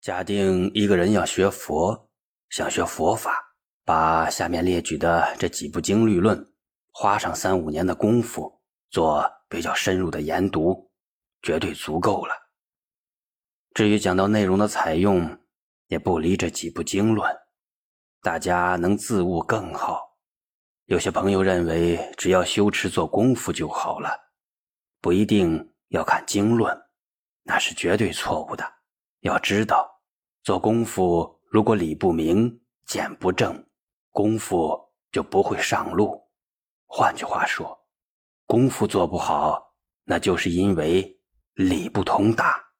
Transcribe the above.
假定一个人要学佛，想学佛法，把下面列举的这几部经律论花上3-5年的功夫做比较深入的研读，绝对足够了。至于讲到内容的采用，也不离这几部经论，大家能自悟更好。有些朋友认为只要修持做功夫就好了，不一定要看经论，那是绝对错误的。要知道，做功夫如果理不明、见不正，功夫就不会上路。换句话说，功夫做不好，那就是因为理不通达。